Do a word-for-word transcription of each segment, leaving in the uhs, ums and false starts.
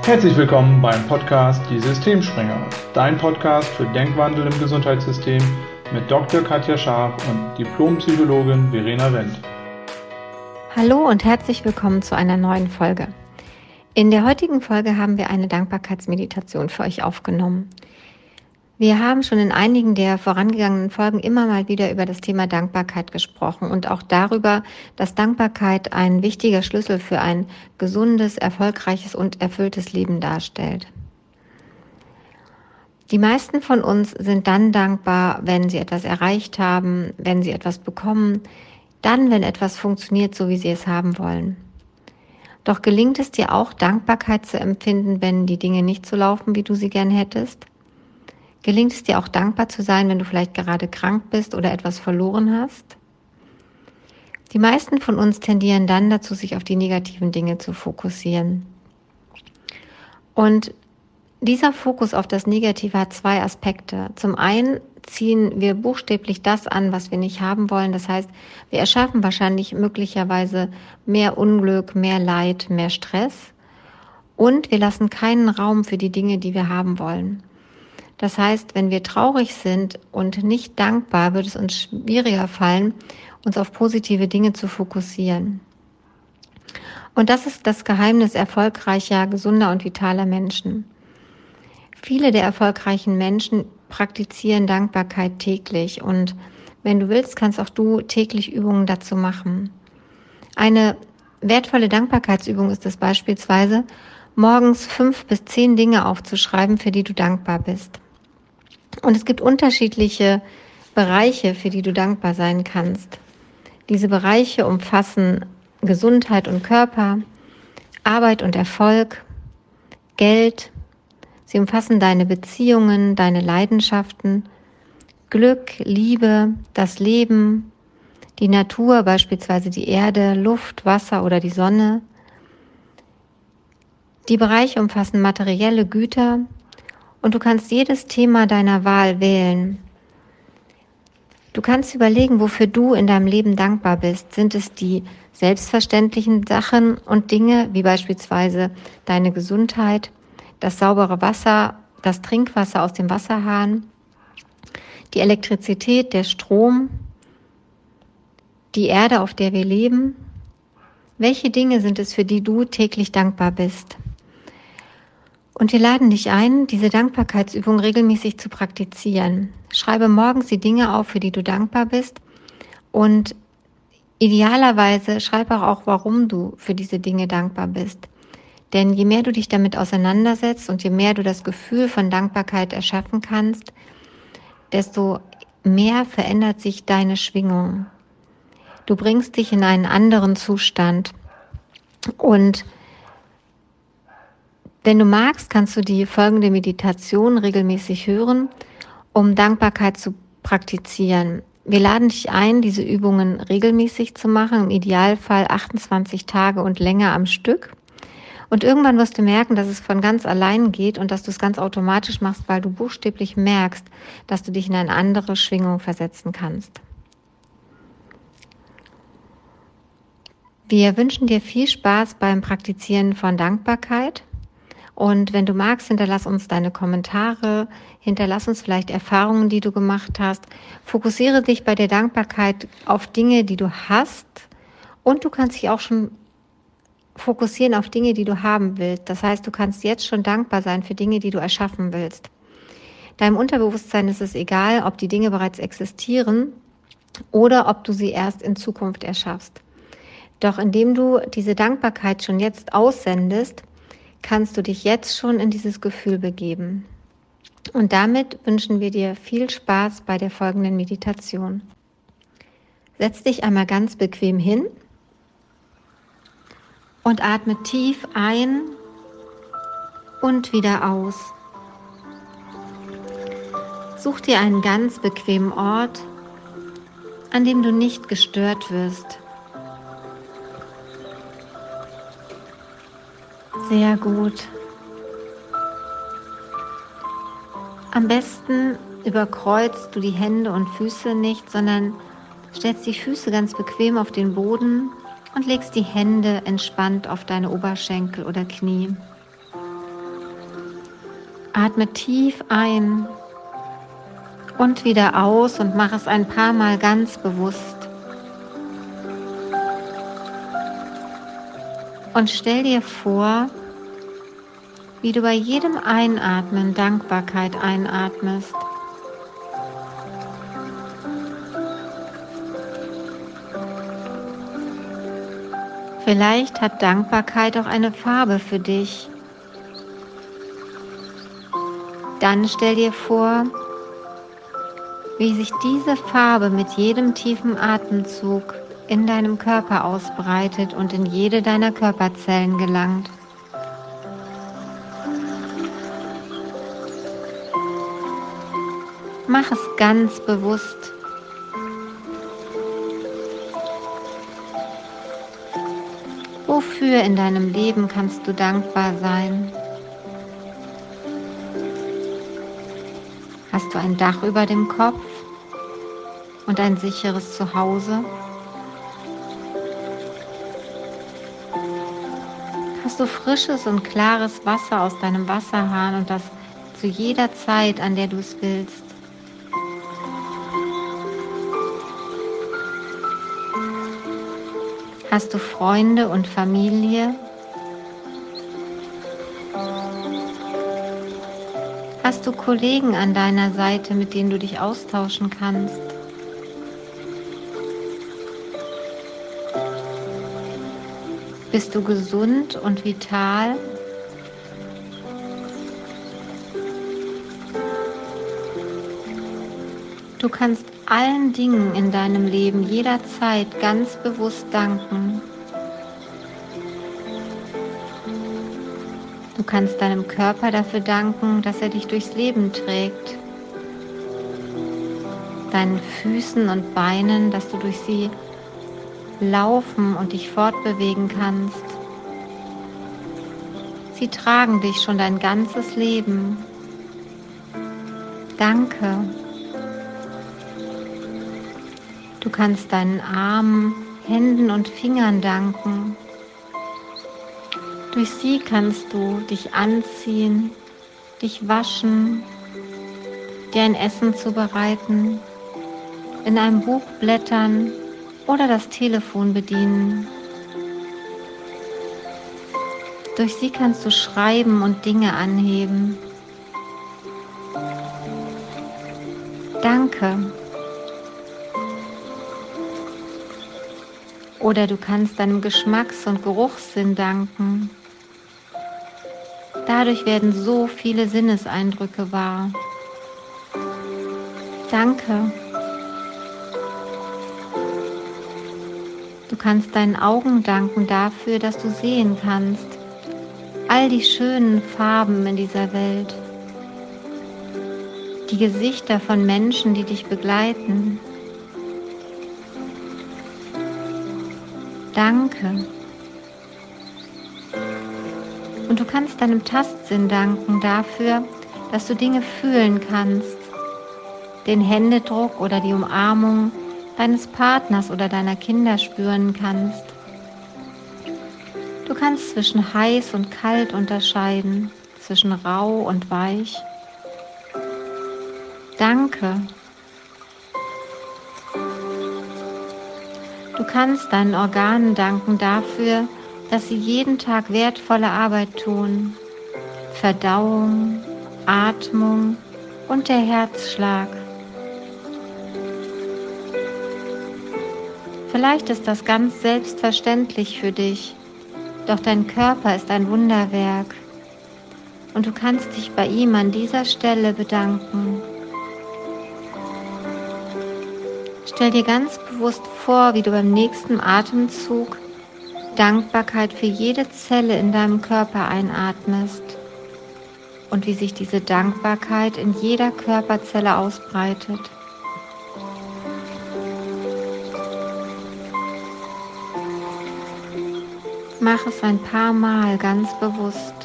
Herzlich willkommen beim Podcast Die Systemspringer, dein Podcast für Denkwandel im Gesundheitssystem mit Doktor Katja Scharf und Diplompsychologin Verena Wendt. Hallo und herzlich willkommen zu einer neuen Folge. In der heutigen Folge haben wir eine Dankbarkeitsmeditation für euch aufgenommen. Wir haben schon in einigen der vorangegangenen Folgen immer mal wieder über das Thema Dankbarkeit gesprochen und auch darüber, dass Dankbarkeit ein wichtiger Schlüssel für ein gesundes, erfolgreiches und erfülltes Leben darstellt. Die meisten von uns sind dann dankbar, wenn sie etwas erreicht haben, wenn sie etwas bekommen, dann, wenn etwas funktioniert, so wie sie es haben wollen. Doch gelingt es dir auch, Dankbarkeit zu empfinden, wenn die Dinge nicht so laufen, wie du sie gern hättest? Gelingt es dir auch dankbar zu sein, wenn du vielleicht gerade krank bist oder etwas verloren hast? Die meisten von uns tendieren dann dazu, sich auf die negativen Dinge zu fokussieren. Und dieser Fokus auf das Negative hat zwei Aspekte. Zum einen ziehen wir buchstäblich das an, was wir nicht haben wollen. Das heißt, wir erschaffen wahrscheinlich möglicherweise mehr Unglück, mehr Leid, mehr Stress. Und wir lassen keinen Raum für die Dinge, die wir haben wollen. Das heißt, wenn wir traurig sind und nicht dankbar, wird es uns schwieriger fallen, uns auf positive Dinge zu fokussieren. Und das ist das Geheimnis erfolgreicher, gesunder und vitaler Menschen. Viele der erfolgreichen Menschen praktizieren Dankbarkeit täglich und wenn du willst, kannst auch du täglich Übungen dazu machen. Eine wertvolle Dankbarkeitsübung ist es beispielsweise, morgens fünf bis zehn Dinge aufzuschreiben, für die du dankbar bist. Und es gibt unterschiedliche Bereiche, für die du dankbar sein kannst. Diese Bereiche umfassen Gesundheit und Körper, Arbeit und Erfolg, Geld. Sie umfassen deine Beziehungen, deine Leidenschaften, Glück, Liebe, das Leben, die Natur, beispielsweise die Erde, Luft, Wasser oder die Sonne. Die Bereiche umfassen materielle Güter und du kannst jedes Thema deiner Wahl wählen. Du kannst überlegen, wofür du in deinem Leben dankbar bist. Sind es die selbstverständlichen Sachen und Dinge, wie beispielsweise deine Gesundheit, das saubere Wasser, das Trinkwasser aus dem Wasserhahn, die Elektrizität, der Strom, die Erde, auf der wir leben? Welche Dinge sind es, für die du täglich dankbar bist? Und wir laden dich ein, diese Dankbarkeitsübung regelmäßig zu praktizieren. Schreibe morgens die Dinge auf, für die du dankbar bist und idealerweise schreibe auch, warum du für diese Dinge dankbar bist. Denn je mehr du dich damit auseinandersetzt und je mehr du das Gefühl von Dankbarkeit erschaffen kannst, desto mehr verändert sich deine Schwingung. Du bringst dich in einen anderen Zustand und wenn du magst, kannst du die folgende Meditation regelmäßig hören, um Dankbarkeit zu praktizieren. Wir laden dich ein, diese Übungen regelmäßig zu machen, im Idealfall achtundzwanzig Tage und länger am Stück. Und irgendwann wirst du merken, dass es von ganz allein geht und dass du es ganz automatisch machst, weil du buchstäblich merkst, dass du dich in eine andere Schwingung versetzen kannst. Wir wünschen dir viel Spaß beim Praktizieren von Dankbarkeit. Und wenn du magst, hinterlass uns deine Kommentare, hinterlass uns vielleicht Erfahrungen, die du gemacht hast. Fokussiere dich bei der Dankbarkeit auf Dinge, die du hast und du kannst dich auch schon fokussieren auf Dinge, die du haben willst. Das heißt, du kannst jetzt schon dankbar sein für Dinge, die du erschaffen willst. Deinem Unterbewusstsein ist es egal, ob die Dinge bereits existieren oder ob du sie erst in Zukunft erschaffst. Doch indem du diese Dankbarkeit schon jetzt aussendest, kannst du dich jetzt schon in dieses Gefühl begeben. Und damit wünschen wir dir viel Spaß bei der folgenden Meditation. Setz dich einmal ganz bequem hin und atme tief ein und wieder aus. Such dir einen ganz bequemen Ort, an dem du nicht gestört wirst. Sehr gut. Am besten überkreuzt du die Hände und Füße nicht, sondern stellst die Füße ganz bequem auf den Boden und legst die Hände entspannt auf deine Oberschenkel oder Knie. Atme tief ein und wieder aus und mach es ein paar Mal ganz bewusst. Und stell dir vor, wie du bei jedem Einatmen Dankbarkeit einatmest. Vielleicht hat Dankbarkeit auch eine Farbe für dich. Dann stell dir vor, wie sich diese Farbe mit jedem tiefen Atemzug in deinem Körper ausbreitet und in jede deiner Körperzellen gelangt. Mach es ganz bewusst. Wofür in deinem Leben kannst du dankbar sein? Hast du ein Dach über dem Kopf und ein sicheres Zuhause? Hast du frisches und klares Wasser aus deinem Wasserhahn und das zu jeder Zeit, an der du es willst? Hast du Freunde und Familie? Hast du Kollegen an deiner Seite, mit denen du dich austauschen kannst? Bist du gesund und vital? Du kannst allen Dingen in deinem Leben jederzeit ganz bewusst danken. Du kannst deinem Körper dafür danken, dass er dich durchs Leben trägt. Deinen Füßen und Beinen, dass du durch sie laufen und dich fortbewegen kannst. Sie tragen dich schon dein ganzes Leben. Danke. Du kannst deinen Armen, Händen und Fingern danken. Durch sie kannst du dich anziehen, dich waschen, dir ein Essen zubereiten, in einem Buch blättern oder das Telefon bedienen. Durch sie kannst du schreiben und Dinge anheben. Danke. Oder du kannst deinem Geschmacks- und Geruchssinn danken. Dadurch werden so viele Sinneseindrücke wahr. Danke. Du kannst deinen Augen danken dafür, dass du sehen kannst. All die schönen Farben in dieser Welt. Die Gesichter von Menschen, die dich begleiten. Danke. Und du kannst deinem Tastsinn danken dafür, dass du Dinge fühlen kannst. Den Händedruck oder die Umarmung deines Partners oder deiner Kinder spüren kannst. Du kannst zwischen heiß und kalt unterscheiden, zwischen rau und weich. Danke. Du kannst deinen Organen danken dafür, dass sie jeden Tag wertvolle Arbeit tun. Verdauung, Atmung und der Herzschlag. Vielleicht ist das ganz selbstverständlich für dich, doch dein Körper ist ein Wunderwerk und du kannst dich bei ihm an dieser Stelle bedanken. Stell dir ganz bewusst vor, wie du beim nächsten Atemzug Dankbarkeit für jede Zelle in deinem Körper einatmest und wie sich diese Dankbarkeit in jeder Körperzelle ausbreitet. Mach es ein paar Mal ganz bewusst.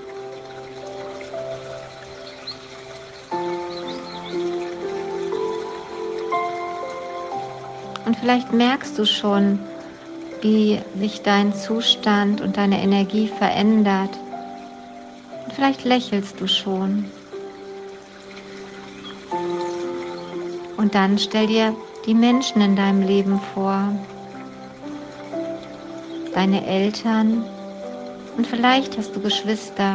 Und vielleicht merkst du schon, wie sich dein Zustand und deine Energie verändert. Und vielleicht lächelst du schon. Und dann stell dir die Menschen in deinem Leben vor. Deine Eltern und vielleicht hast du Geschwister.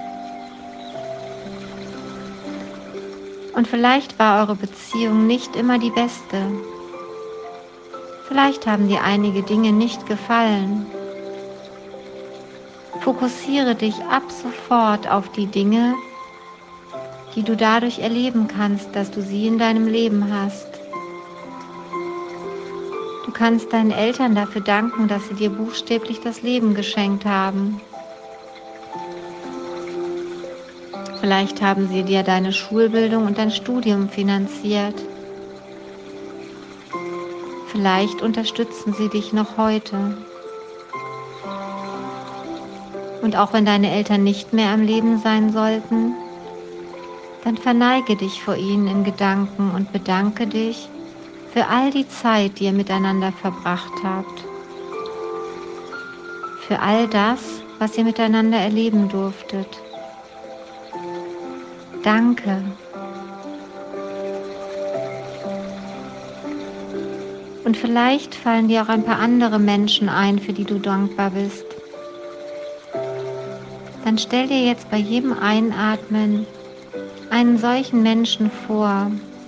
Und vielleicht war eure Beziehung nicht immer die beste. Vielleicht haben dir einige Dinge nicht gefallen. Fokussiere dich ab sofort auf die Dinge, die du dadurch erleben kannst, dass du sie in deinem Leben hast. Du kannst deinen Eltern dafür danken, dass sie dir buchstäblich das Leben geschenkt haben. Vielleicht haben sie dir deine Schulbildung und dein Studium finanziert. Vielleicht unterstützen sie dich noch heute. Und auch wenn deine Eltern nicht mehr am Leben sein sollten, dann verneige dich vor ihnen in Gedanken und bedanke dich für all die Zeit, die ihr miteinander verbracht habt. Für all das, was ihr miteinander erleben durftet. Danke. Und vielleicht fallen dir auch ein paar andere Menschen ein, für die du dankbar bist. Dann stell dir jetzt bei jedem Einatmen einen solchen Menschen vor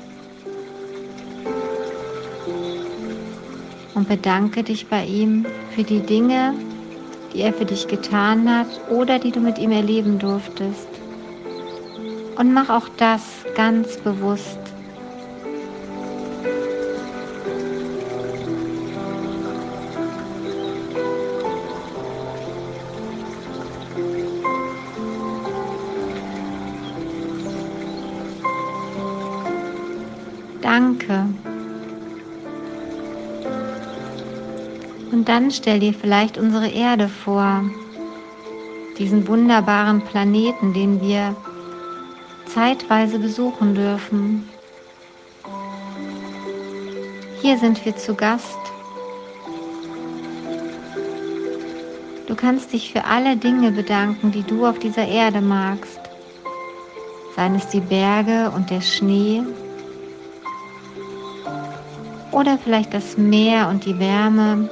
und bedanke dich bei ihm für die Dinge, die er für dich getan hat oder die du mit ihm erleben durftest. Und mach auch das ganz bewusst. Danke. Und dann stell dir vielleicht unsere Erde vor, diesen wunderbaren Planeten, den wir zeitweise besuchen dürfen. Hier sind wir zu Gast. Du kannst dich für alle Dinge bedanken, die du auf dieser Erde magst. Seien es die Berge und der Schnee oder vielleicht das Meer und die Wärme,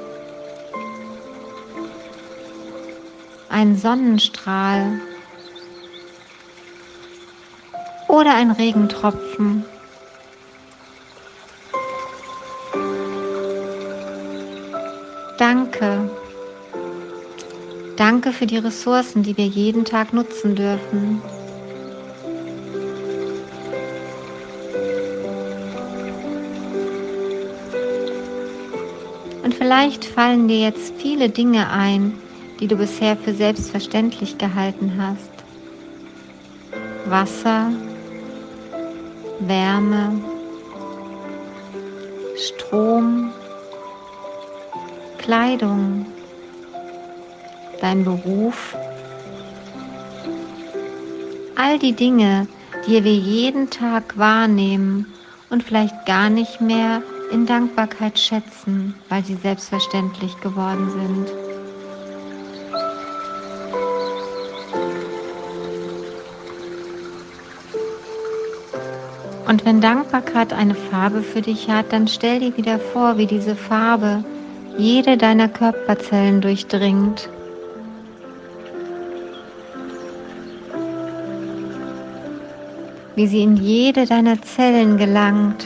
ein Sonnenstrahl oder ein Regentropfen. Danke. Danke für die Ressourcen, die wir jeden Tag nutzen dürfen. Und vielleicht fallen dir jetzt viele Dinge ein, die du bisher für selbstverständlich gehalten hast. Wasser, Wärme, Strom, Kleidung, dein Beruf, all die Dinge, die wir jeden Tag wahrnehmen und vielleicht gar nicht mehr in Dankbarkeit schätzen, weil sie selbstverständlich geworden sind. Und wenn Dankbarkeit eine Farbe für dich hat, dann stell dir wieder vor, wie diese Farbe jede deiner Körperzellen durchdringt. Wie sie in jede deiner Zellen gelangt.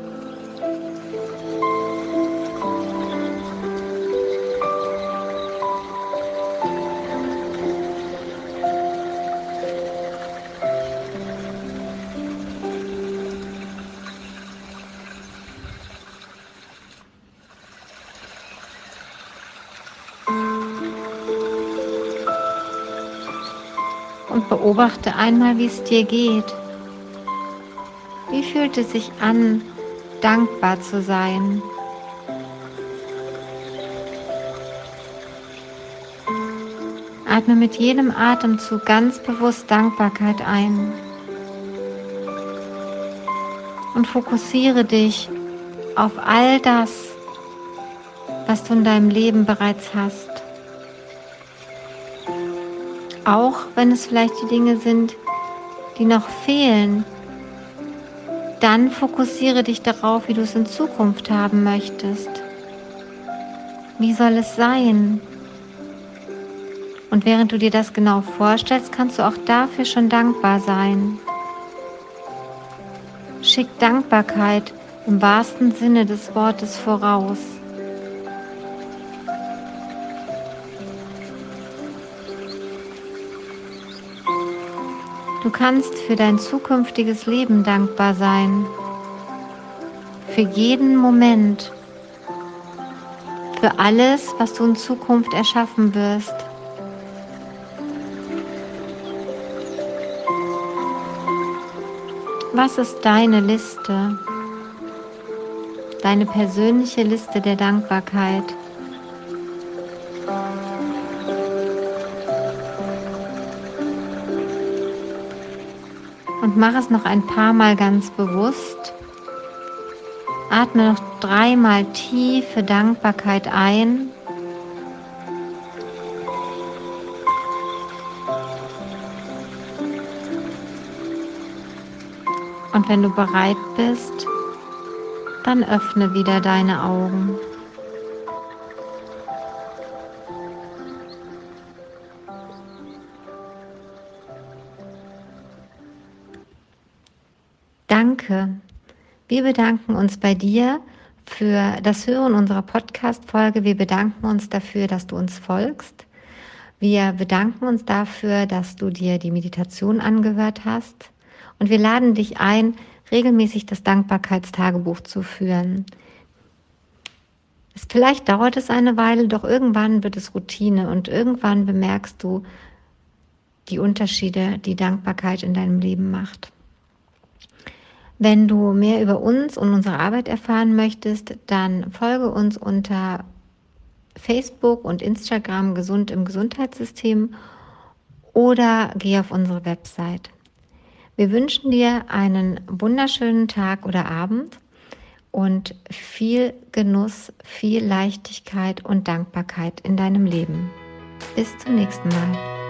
Und beobachte einmal, wie es dir geht. Wie fühlt es sich an, dankbar zu sein? Atme mit jedem Atemzug ganz bewusst Dankbarkeit ein. Und fokussiere dich auf all das, was du in deinem Leben bereits hast. Auch wenn es vielleicht die Dinge sind, die noch fehlen, Dann fokussiere dich darauf, wie du es in Zukunft haben möchtest. Wie soll es sein? Und während du dir das genau vorstellst, kannst du auch dafür schon dankbar sein. Schick Dankbarkeit im wahrsten Sinne des Wortes voraus. Du kannst für dein zukünftiges Leben dankbar sein. Für jeden Moment. Für alles, was du in Zukunft erschaffen wirst. Was ist deine Liste? Deine persönliche Liste der Dankbarkeit? Und mach es noch ein paar Mal ganz bewusst. Atme noch dreimal tiefe Dankbarkeit ein. Und wenn du bereit bist, dann öffne wieder deine Augen. Danke. Wir bedanken uns bei dir für das Hören unserer Podcast-Folge. Wir bedanken uns dafür, dass du uns folgst. Wir bedanken uns dafür, dass du dir die Meditation angehört hast. Und wir laden dich ein, regelmäßig das Dankbarkeitstagebuch zu führen. Vielleicht dauert es eine Weile, doch irgendwann wird es Routine und irgendwann bemerkst du die Unterschiede, die Dankbarkeit in deinem Leben macht. Wenn du mehr über uns und unsere Arbeit erfahren möchtest, dann folge uns unter Facebook und Instagram Gesund im Gesundheitssystem oder geh auf unsere Website. Wir wünschen dir einen wunderschönen Tag oder Abend und viel Genuss, viel Leichtigkeit und Dankbarkeit in deinem Leben. Bis zum nächsten Mal.